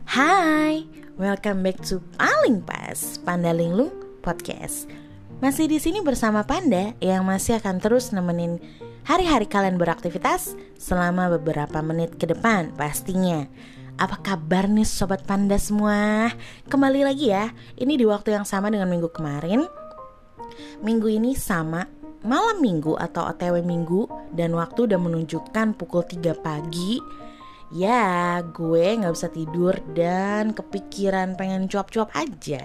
Hai, welcome back to Paling Pas Panda Linglung Podcast. Masih di sini bersama Panda yang masih akan terus nemenin hari-hari kalian beraktivitas selama beberapa menit ke depan pastinya. Apa kabar nih sobat Panda semua? Kembali lagi ya, ini di waktu yang sama dengan minggu kemarin. Minggu ini sama malam minggu atau OTW minggu, dan waktu udah menunjukkan pukul 3 pagi. Ya, gue gak bisa tidur dan kepikiran pengen cuap-cuap aja.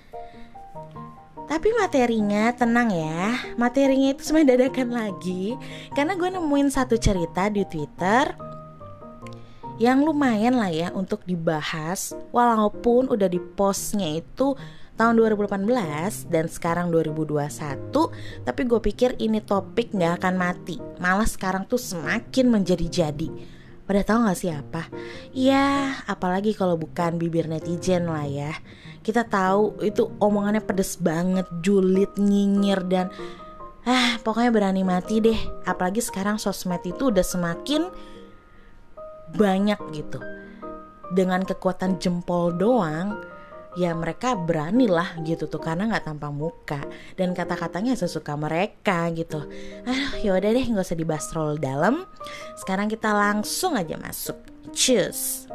Tapi materinya tenang ya, materinya itu sebenarnya dadakan lagi. Karena gue nemuin satu cerita di Twitter yang lumayan lah ya untuk dibahas, walaupun udah di postnya itu tahun 2018 dan sekarang 2021. Tapi gue pikir ini topik gak akan mati, malah sekarang tuh semakin menjadi-jadi. Pada tahu gak sih apa? Ya, apalagi kalau bukan bibir netizen lah ya. Kita tahu itu omongannya pedes banget, julid, nyinyir, dan pokoknya berani mati deh. Apalagi sekarang sosmed itu udah semakin banyak gitu. Dengan kekuatan jempol doang, ya mereka berani lah gitu tuh, karena gak tampang muka dan kata-katanya sesuka mereka gitu. Yaudah deh, gak usah dibahas terlalu dalam. Sekarang kita langsung aja masuk. Cheers.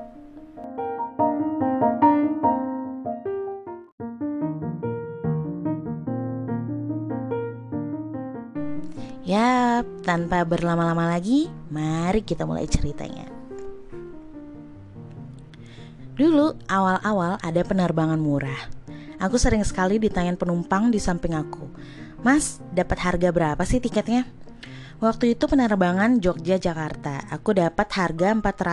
Yap, tanpa berlama-lama lagi, mari kita mulai ceritanya. Dulu awal-awal ada penerbangan murah. Aku sering sekali ditanyain penumpang di samping aku, "Mas, dapat harga berapa sih tiketnya?" Waktu itu penerbangan Jogja-Jakarta. Aku dapat harga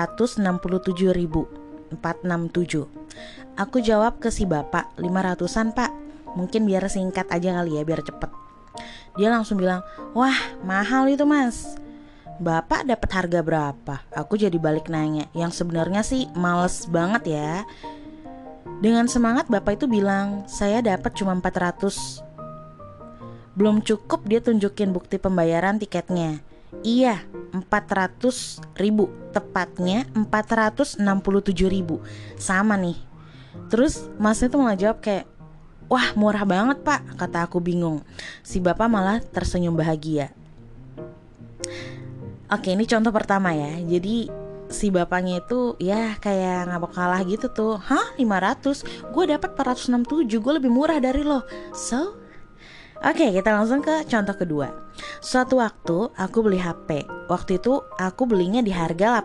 467.467. Aku jawab ke si bapak, 500-an pak. Mungkin biar singkat aja kali ya, biar cepet. Dia langsung bilang, "Wah, mahal itu mas. Bapak dapat harga berapa?" Aku jadi balik nanya, yang sebenarnya sih males banget ya. Dengan semangat bapak itu bilang, "Saya dapat cuma 400. Belum cukup dia tunjukin bukti pembayaran tiketnya. Iya, 400.000, tepatnya 467.000. Sama nih. Terus masnya tuh malah jawab kayak, "Wah, murah banget pak," kata aku bingung. Si bapak malah tersenyum bahagia. Oke, ini contoh pertama ya. Jadi si bapaknya itu ya kayak ngabok kalah gitu tuh. 500? Gue dapat 467, gue lebih murah dari lo. Oke, kita langsung ke contoh kedua. Suatu waktu aku beli HP. Waktu itu aku belinya di harga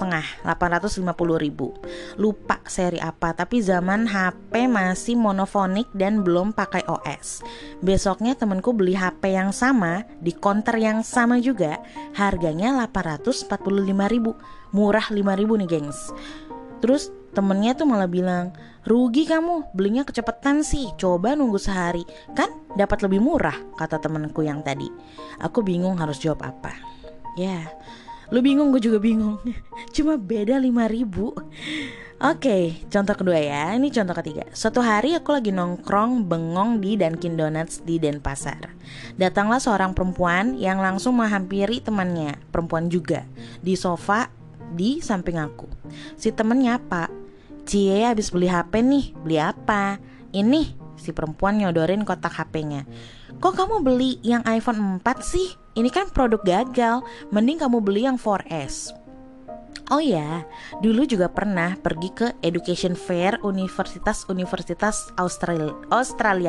850.000. Lupa seri apa, tapi zaman HP masih monofonik dan belum pakai OS. Besoknya temanku beli HP yang sama di counter yang sama juga, harganya 845.000. Murah 5.000 nih gengs. Terus temennya tuh malah bilang, "Rugi kamu, belinya kecepatan sih, coba nunggu sehari, kan dapat lebih murah," kata temenku yang tadi. Aku bingung harus jawab apa. Ya, lu bingung, gue juga bingung. Cuma beda 5.000. Oke, contoh kedua ya. Ini contoh ketiga. Suatu hari aku lagi nongkrong bengong di Dunkin Donuts di Denpasar. Datanglah seorang perempuan yang langsung menghampiri temannya, perempuan juga, di sofa di samping aku. Si temennya, "Pak, Cie habis beli HP nih." "Beli apa?" "Ini," si perempuan nyodorin kotak HP-nya. "Kok kamu beli yang iPhone 4 sih? Ini kan produk gagal, mending kamu beli yang 4S." Oh ya, dulu juga pernah pergi ke education fair universitas Australia.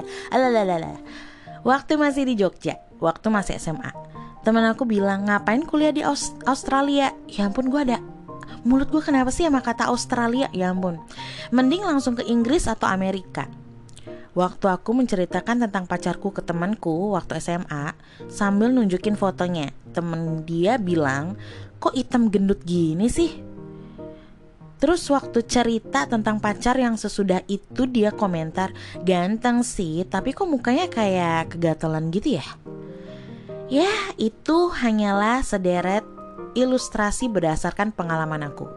Waktu masih di Jogja, waktu masih SMA. Temen aku bilang, "Ngapain kuliah di Australia?" Ya ampun, mulut gue kenapa sih sama kata Australia? Ya ampun. "Mending langsung ke Inggris atau Amerika." Waktu aku menceritakan tentang pacarku ke temanku waktu SMA sambil nunjukin fotonya, temen dia bilang, "Kok hitam gendut gini sih?" Terus waktu cerita tentang pacar yang sesudah itu dia komentar, "Ganteng sih, tapi kok mukanya kayak kegatelan gitu ya?" Ya, itu hanyalah sederet ilustrasi berdasarkan pengalaman aku.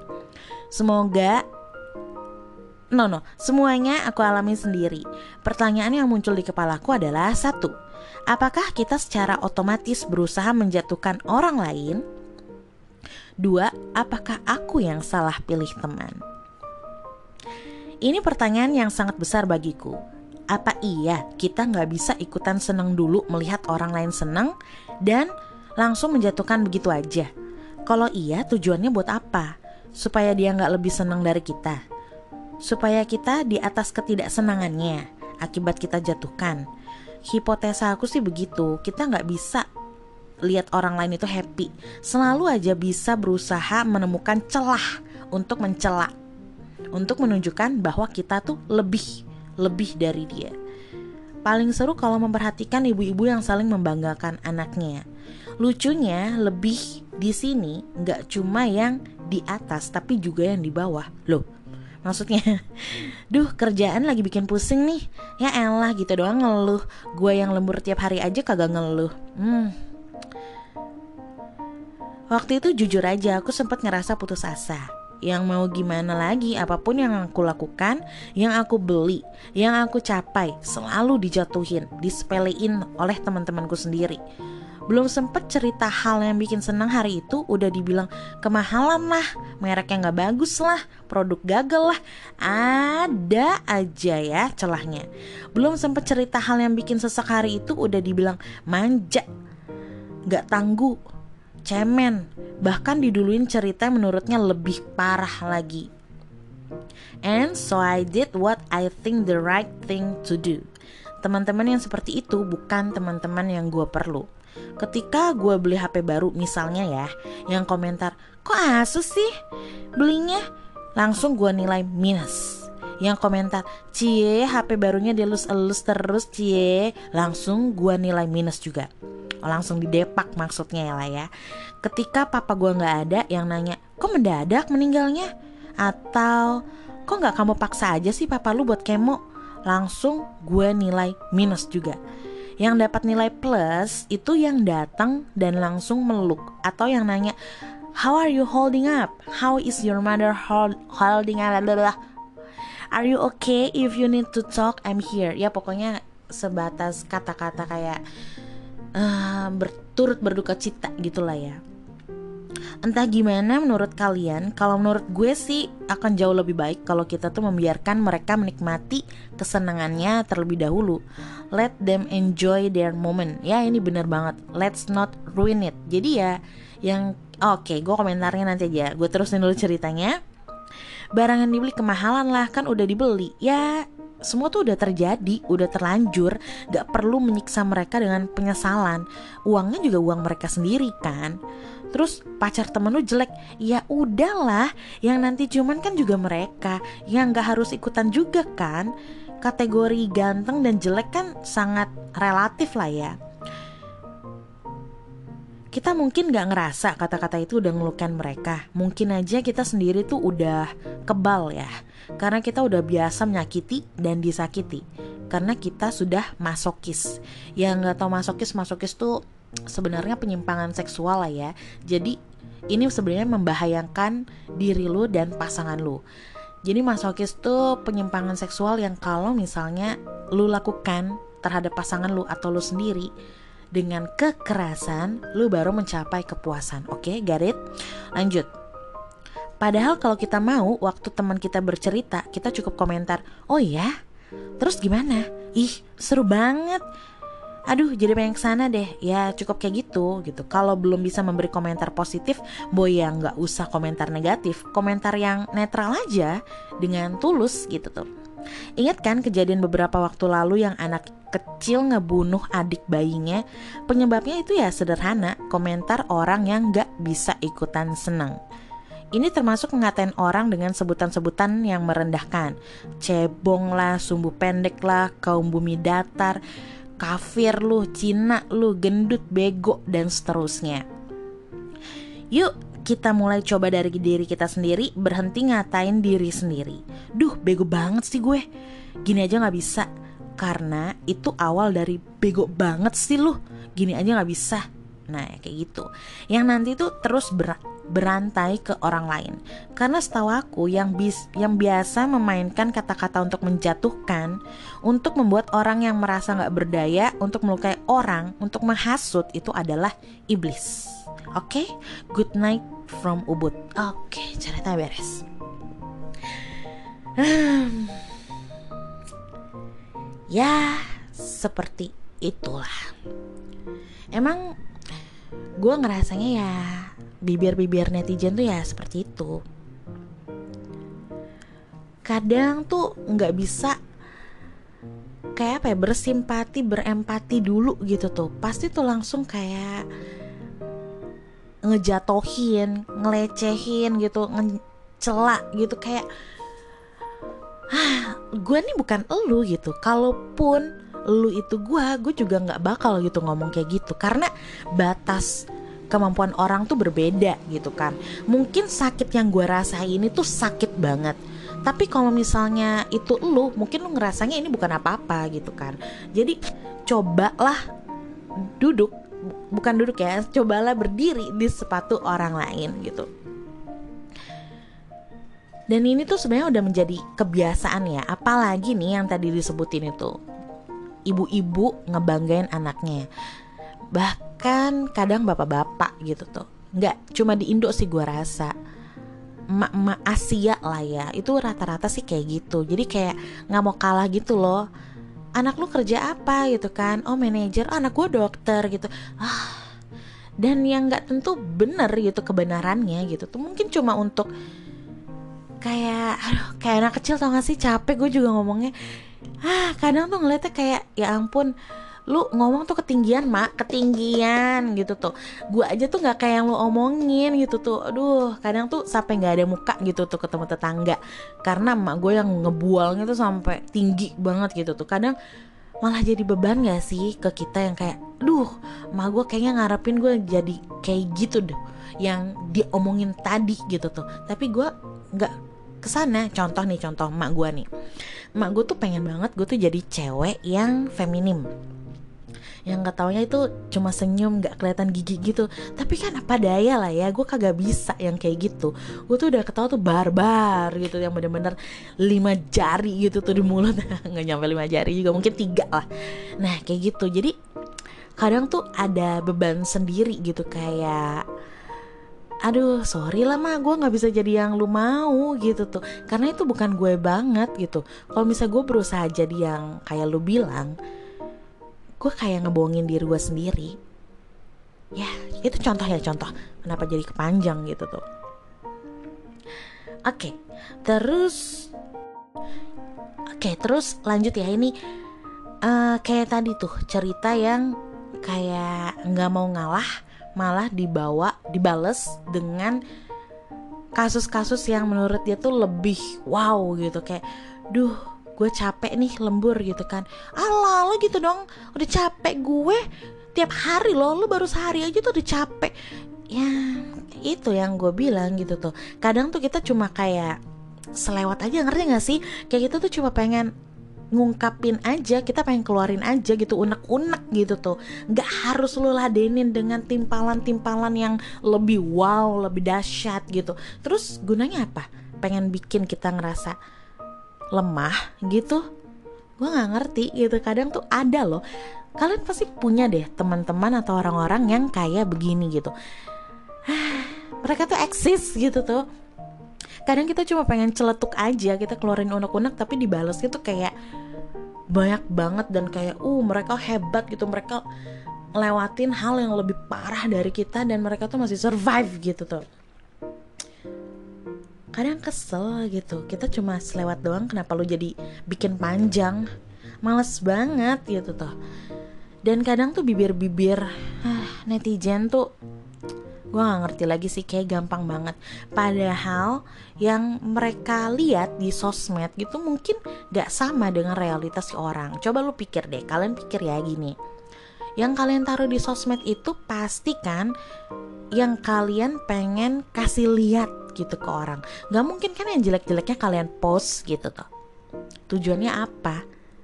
Semuanya aku alami sendiri. Pertanyaan yang muncul di kepalaku adalah 1. Apakah kita secara otomatis berusaha menjatuhkan orang lain? 2. Apakah aku yang salah pilih teman? Ini pertanyaan yang sangat besar bagiku. Apa iya kita gak bisa ikutan seneng dulu melihat orang lain seneng dan langsung menjatuhkan begitu aja? Kalau iya, tujuannya buat apa? Supaya dia gak lebih seneng dari kita? Supaya kita di atas ketidaksenangannya akibat kita jatuhkan? Hipotesa aku sih begitu. Kita gak bisa lihat orang lain itu happy. Selalu aja bisa berusaha menemukan celah untuk mencela, untuk menunjukkan bahwa kita tuh lebih dari dia. Paling seru kalau memperhatikan ibu-ibu yang saling membanggakan anaknya. Lucunya lebih di sini nggak cuma yang di atas tapi juga yang di bawah. Loh, maksudnya, duh kerjaan lagi bikin pusing nih. Ya elah gitu doang ngeluh. Gue yang lembur tiap hari aja kagak ngeluh. Waktu itu jujur aja aku sempat ngerasa putus asa. Yang mau gimana lagi, apapun yang aku lakukan, yang aku beli, yang aku capai, selalu dijatuhin, disepelein oleh teman-temanku sendiri. Belum sempet cerita hal yang bikin senang hari itu, udah dibilang kemahalan lah, merek yang gak bagus lah, produk gagal lah. Ada aja ya celahnya. Belum sempet cerita hal yang bikin sesak hari itu, udah dibilang manja, gak tangguh, cemen, bahkan diduluin cerita yang menurutnya lebih parah lagi. And so I did what I think the right thing to do. Teman-teman yang seperti itu bukan teman-teman yang gue perlu. Ketika gue beli HP baru misalnya ya, yang komentar, kok Asus sih belinya? Langsung gue nilai minus. Yang komentar, cie HP barunya dielus-elus terus cie, langsung gue nilai minus juga. Langsung didepak maksudnya ya lah ya. Ketika papa gue gak ada yang nanya, kok mendadak meninggalnya? Atau kok gak kamu paksa aja sih papa lu buat kemo? Langsung gue nilai minus juga. Yang dapat nilai plus itu yang datang dan langsung meluk, atau yang nanya, how are you holding up? How is your mother holding up? Are you okay? If you need to talk, I'm here. Ya pokoknya sebatas kata-kata kayak berturut berduka cita gitulah ya. Entah gimana menurut kalian, kalau menurut gue sih akan jauh lebih baik kalau kita tuh membiarkan mereka menikmati kesenangannya terlebih dahulu. Let them enjoy their moment. Ya ini bener banget, let's not ruin it. Jadi ya yang oke, gue komentarnya nanti aja, gue terusin dulu ceritanya. Barang yang dibeli kemahalan lah, kan udah dibeli. Ya semua tuh udah terjadi, udah terlanjur. Gak perlu menyiksa mereka dengan penyesalan. Uangnya juga uang mereka sendiri kan. Terus pacar temen lu jelek, ya udahlah, yang nanti cuman kan juga mereka, yang gak harus ikutan juga kan. Kategori ganteng dan jelek kan sangat relatif lah ya. Kita mungkin gak ngerasa kata-kata itu udah ngelukan mereka. Mungkin aja kita sendiri tuh udah kebal ya, karena kita udah biasa menyakiti dan disakiti. Karena kita sudah masokis. Yang gak tahu masokis tuh sebenarnya penyimpangan seksual lah ya. Jadi ini sebenarnya membahayakan diri lu dan pasangan lu. Jadi masokis tuh penyimpangan seksual yang kalau misalnya lu lakukan terhadap pasangan lu atau lu sendiri dengan kekerasan, lu baru mencapai kepuasan. Oke, got it? Lanjut. Padahal kalau kita mau, waktu teman kita bercerita, kita cukup komentar, oh ya? Terus gimana? Ih, seru banget. Aduh, jadi pengen kesana deh. Ya cukup kayak gitu. Kalau belum bisa memberi komentar positif, boy ya gak usah komentar negatif. Komentar yang netral aja, dengan tulus gitu tuh. Ingat kan kejadian beberapa waktu lalu yang anak kecil ngebunuh adik bayinya? Penyebabnya itu ya sederhana, komentar orang yang gak bisa ikutan seneng. Ini termasuk ngatain orang dengan sebutan-sebutan yang merendahkan. Cebong lah, sumbu pendek lah, kaum bumi datar, kafir lu, Cina lu, gendut, bego, dan seterusnya. Yuk kita mulai coba dari diri kita sendiri, berhenti ngatain diri sendiri. Duh bego banget sih gue, gini aja gak bisa. Karena itu awal dari bego banget sih lu, gini aja gak bisa. Nah kayak gitu, yang nanti tuh terus berantai ke orang lain. Karena setahu aku yang biasa memainkan kata-kata untuk menjatuhkan, untuk membuat orang yang merasa gak berdaya, untuk melukai orang, untuk menghasut, itu adalah iblis. Oke, good night from Ubud. Oke, cerita beres. Ya seperti itulah. Emang gue ngerasanya ya bibir-bibir netizen tuh ya seperti itu. Kadang tuh nggak bisa kayak apa ya, bersimpati, berempati dulu gitu tuh. Pasti tuh langsung kayak ngejatohin, ngelecehin gitu, ngecela gitu, kayak gue nih bukan elu gitu. Kalaupun lu itu gue juga nggak bakal gitu ngomong kayak gitu, karena batas kemampuan orang tuh berbeda gitu kan. Mungkin sakit yang gue rasain itu sakit banget, tapi kalau misalnya itu lu, mungkin lu ngerasanya ini bukan apa-apa gitu kan. Jadi cobalah duduk, bukan duduk ya, cobalah berdiri di sepatu orang lain gitu. Dan ini tuh sebenarnya udah menjadi kebiasaan ya, apalagi nih yang tadi disebutin itu, ibu-ibu ngebanggain anaknya, bahkan kadang bapak-bapak gitu tuh. Nggak cuma di Indo sih gue rasa, emak-emak Asia lah ya, itu rata-rata sih kayak gitu. Jadi kayak nggak mau kalah gitu loh. Anak lu kerja apa gitu kan? Oh manajer, anak gue dokter gitu. Dan yang nggak tentu bener gitu kebenarannya gitu tuh, mungkin cuma untuk kayak kayak anak kecil, tau gak sih, capek gue juga ngomongnya. Kadang tuh ngeliatnya kayak ya ampun, lu ngomong tuh ketinggian mak, ketinggian gitu tuh. Gue aja tuh nggak kayak yang lu omongin gitu tuh. Aduh, kadang tuh sampai nggak ada muka gitu tuh ketemu tetangga, karena emak gue yang ngebualnya tuh sampai tinggi banget gitu tuh. Kadang malah jadi beban gak sih ke kita yang kayak, duh, emak gue kayaknya ngarepin gue jadi kayak gitu deh yang dia omongin tadi gitu tuh. Tapi gue nggak kesana. Contoh emak gue nih, emak gue tuh pengen banget gue tuh jadi cewek yang feminim, yang gak taunya itu cuma senyum, gak kelihatan gigi gitu. Tapi kan apa daya lah ya, gue kagak bisa yang kayak gitu. Gue tuh udah ketawa tuh barbar gitu, yang bener-bener 5 jari gitu tuh di mulut. Gak nyampe 5 jari juga, mungkin 3 lah. Nah kayak gitu. Jadi kadang tuh ada beban sendiri gitu, kayak aduh sorry lah mah, gue gak bisa jadi yang lu mau gitu tuh, karena itu bukan gue banget gitu. Kalau misalnya gue berusaha jadi yang kayak lu bilang, gue kayak ngebohongin diri gue sendiri. Ya itu contoh kenapa jadi kepanjang gitu tuh. Oke, terus lanjut ya. Ini kayak tadi tuh cerita yang kayak gak mau ngalah, malah dibales dengan kasus-kasus yang menurut dia tuh lebih wow gitu. Kayak duh, gue capek nih lembur gitu kan. Alah lo gitu dong, udah capek gue tiap hari lo baru sehari aja tuh udah capek. Ya itu yang gue bilang gitu tuh. Kadang tuh kita cuma kayak selewat aja, ngerti gak sih? Kayak kita tuh cuma pengen ngungkapin aja, kita pengen keluarin aja gitu, unek-unek gitu tuh. Gak harus lu ladenin dengan timpalan-timpalan yang lebih wow, lebih dahsyat gitu. Terus gunanya apa? Pengen bikin kita ngerasa lemah gitu. Gue gak ngerti gitu. Kadang tuh ada loh, kalian pasti punya deh teman-teman atau orang-orang yang kayak begini gitu. Mereka tuh eksis gitu tuh. Kadang kita cuma pengen celetuk aja, kita keluarin unek-unek, tapi dibalesnya tuh kayak banyak banget. Dan kayak mereka hebat gitu, mereka lewatin hal yang lebih parah dari kita dan mereka tuh masih survive gitu tuh. Kadang kesel gitu, kita cuma selewat doang, kenapa lu jadi bikin panjang? Males banget gitu tuh. Dan kadang tuh bibir-bibir netizen tuh gue gak ngerti lagi sih, kayak gampang banget. Padahal yang mereka lihat di sosmed gitu mungkin gak sama dengan realitas orang. Coba lu pikir deh, kalian pikir ya gini, yang kalian taruh di sosmed itu pasti kan yang kalian pengen kasih lihat gitu ke orang. Gak mungkin kan yang jelek-jeleknya kalian post gitu tuh. Tujuannya apa?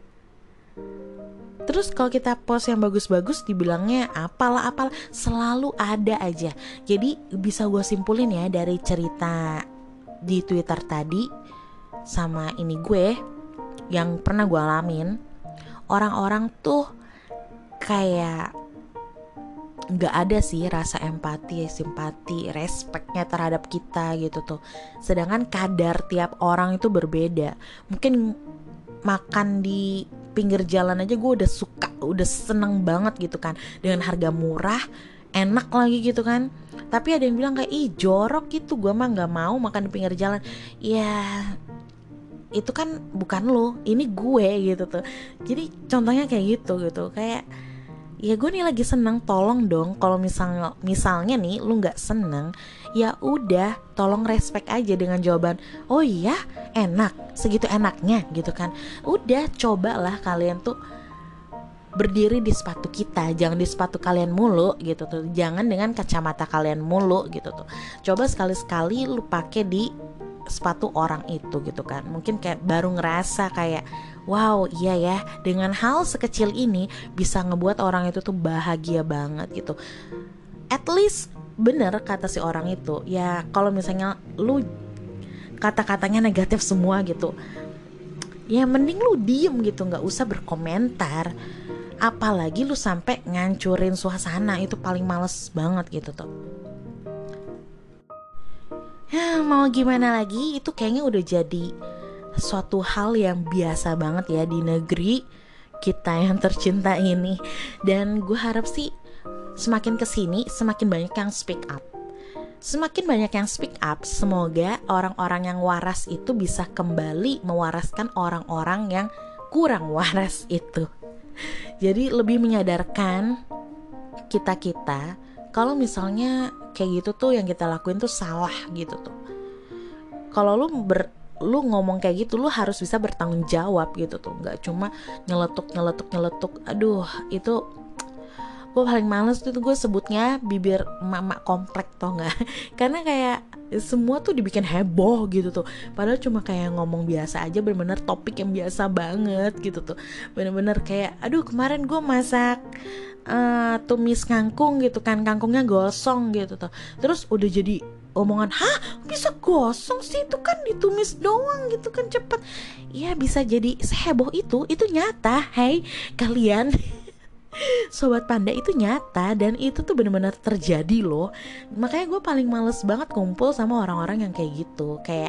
Terus kalau kita post yang bagus-bagus dibilangnya apalah, selalu ada aja. Jadi bisa gue simpulin ya dari cerita di Twitter tadi sama ini gue yang pernah gue alamin, orang-orang tuh kayak nggak ada sih rasa empati, simpati, respectnya terhadap kita gitu tuh. Sedangkan kadar tiap orang itu berbeda. Mungkin makan di pinggir jalan aja gue udah suka, udah seneng banget gitu kan, dengan harga murah, enak lagi gitu kan. Tapi ada yang bilang kayak, ih jorok gitu, gue mah nggak mau makan di pinggir jalan. Ya itu kan bukan lo, ini gue gitu tuh. Jadi contohnya kayak gitu kayak, ya gue nih lagi seneng, tolong dong kalau misalnya nih lu nggak seneng, ya udah tolong respect aja dengan jawaban, oh iya enak, segitu enaknya gitu kan. Udah cobalah kalian tuh berdiri di sepatu kita, jangan di sepatu kalian mulu gitu tuh, jangan dengan kacamata kalian mulu gitu tuh. Coba sekali-sekali lu pakai di sepatu orang itu gitu kan. Mungkin kayak baru ngerasa kayak, wow iya ya, dengan hal sekecil ini bisa ngebuat orang itu tuh bahagia banget gitu. At least bener kata si orang itu, ya kalau misalnya lu kata-katanya negatif semua gitu, ya mending lu diem gitu, gak usah berkomentar. Apalagi lu sampai ngancurin suasana, itu paling males banget gitu tuh. Ya mau gimana lagi, itu kayaknya udah jadi suatu hal yang biasa banget ya di negeri kita yang tercinta ini. Dan gue harap sih semakin kesini semakin banyak yang speak up. Semakin banyak yang speak up, semoga orang-orang yang waras itu bisa kembali mewaraskan orang-orang yang kurang waras itu. Jadi lebih menyadarkan kita-kita kalau misalnya kayak gitu tuh yang kita lakuin tuh salah gitu tuh. Kalau lu ngomong kayak gitu, lu harus bisa bertanggung jawab gitu tuh, nggak cuma nyeletuk. Aduh, itu gue paling males tuh gue sebutnya bibir emak-emak komplek, tau nggak? Karena kayak semua tuh dibikin heboh gitu tuh, padahal cuma kayak ngomong biasa aja, bener-bener topik yang biasa banget gitu tuh. Bener-bener kayak, aduh kemarin gue masak tumis kangkung gitu kan, kangkungnya gosong gitu tuh, terus udah jadi omongan, hah bisa gosong sih, itu kan ditumis doang gitu kan cepet. Ya bisa jadi seheboh itu nyata, hai kalian. Sobat Panda, itu nyata dan itu tuh benar-benar terjadi loh. Makanya gue paling males banget kumpul sama orang-orang yang kayak gitu. Kayak,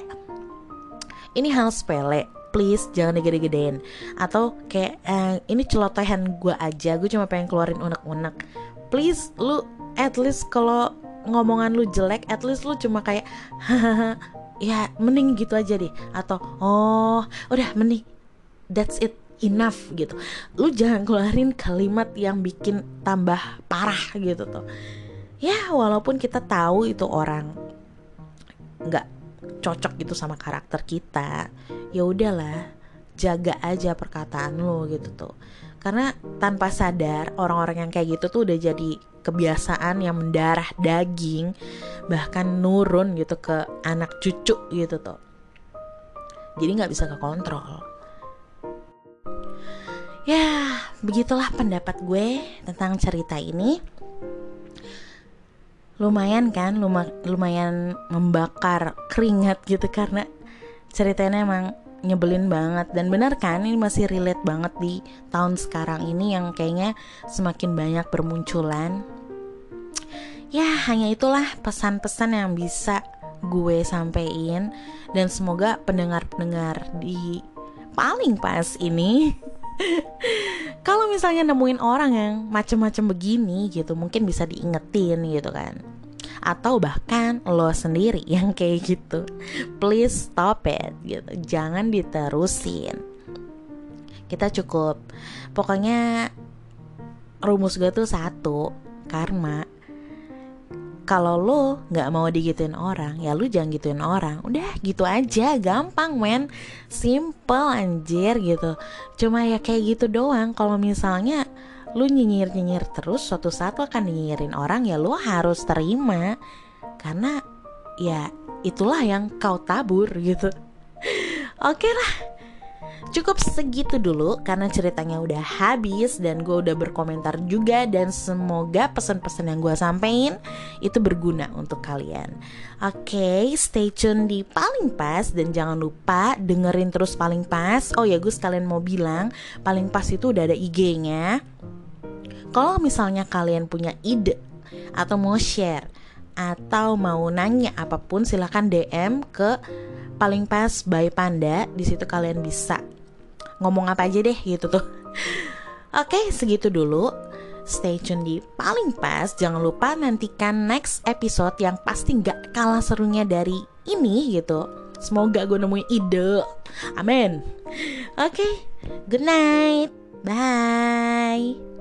ini hal sepele, please jangan digede-gedein. Atau kayak ini celotehan gue aja, gue cuma pengen keluarin unek-unek. Please lu at least kalau ngomongan lu jelek, at least lu cuma kayak hahaha, ya mending gitu aja deh. Atau oh udah mending, that's it, enough gitu. Lu jangan keluarin kalimat yang bikin tambah parah gitu tuh. Ya walaupun kita tahu itu orang nggak cocok gitu sama karakter kita, ya udahlah, jaga aja perkataan lu gitu tuh. Karena tanpa sadar orang-orang yang kayak gitu tuh udah jadi kebiasaan yang mendarah daging, bahkan nurun gitu ke anak cucu gitu tuh. Jadi nggak bisa kekontrol. Ya, begitulah pendapat gue tentang cerita ini. Lumayan kan, lumayan membakar keringat gitu, karena ceritanya emang nyebelin banget. Dan benar kan, ini masih relate banget di tahun sekarang ini yang kayaknya semakin banyak bermunculan. Ya, hanya itulah pesan-pesan yang bisa gue sampein. Dan semoga pendengar-pendengar di paling pas ini kalau misalnya nemuin orang yang macem-macem begini gitu, mungkin bisa diingetin gitu kan. Atau bahkan lo sendiri yang kayak gitu, please stop it gitu, jangan diterusin. Kita cukup, pokoknya rumus gue tuh satu, karma. Kalau lo gak mau digituin orang, ya lo jangan gituin orang. Udah gitu aja, gampang men, simple anjir gitu. Cuma ya kayak gitu doang. Kalau misalnya lo nyinyir terus, suatu saat lo akan nyinyirin orang, ya lo harus terima. Karena ya itulah yang kau tabur gitu. Oke lah, cukup segitu dulu karena ceritanya udah habis dan gue udah berkomentar juga. Dan semoga pesan-pesan yang gue sampein itu berguna untuk kalian. Oke, stay tune di Paling Pas. Dan jangan lupa dengerin terus Paling Pas. Oh ya, gue sekalian mau bilang, Paling Pas itu udah ada IG-nya. Kalau misalnya kalian punya ide atau mau share atau mau nanya apapun, silahkan DM ke Paling Pas by Panda. Di situ kalian bisa ngomong apa aja deh gitu tuh. Oke, segitu dulu. Stay tune di Paling Pas. Jangan lupa nantikan next episode yang pasti gak kalah serunya dari ini gitu. Semoga gue nemuin ide. Amin. Oke, good night. Bye.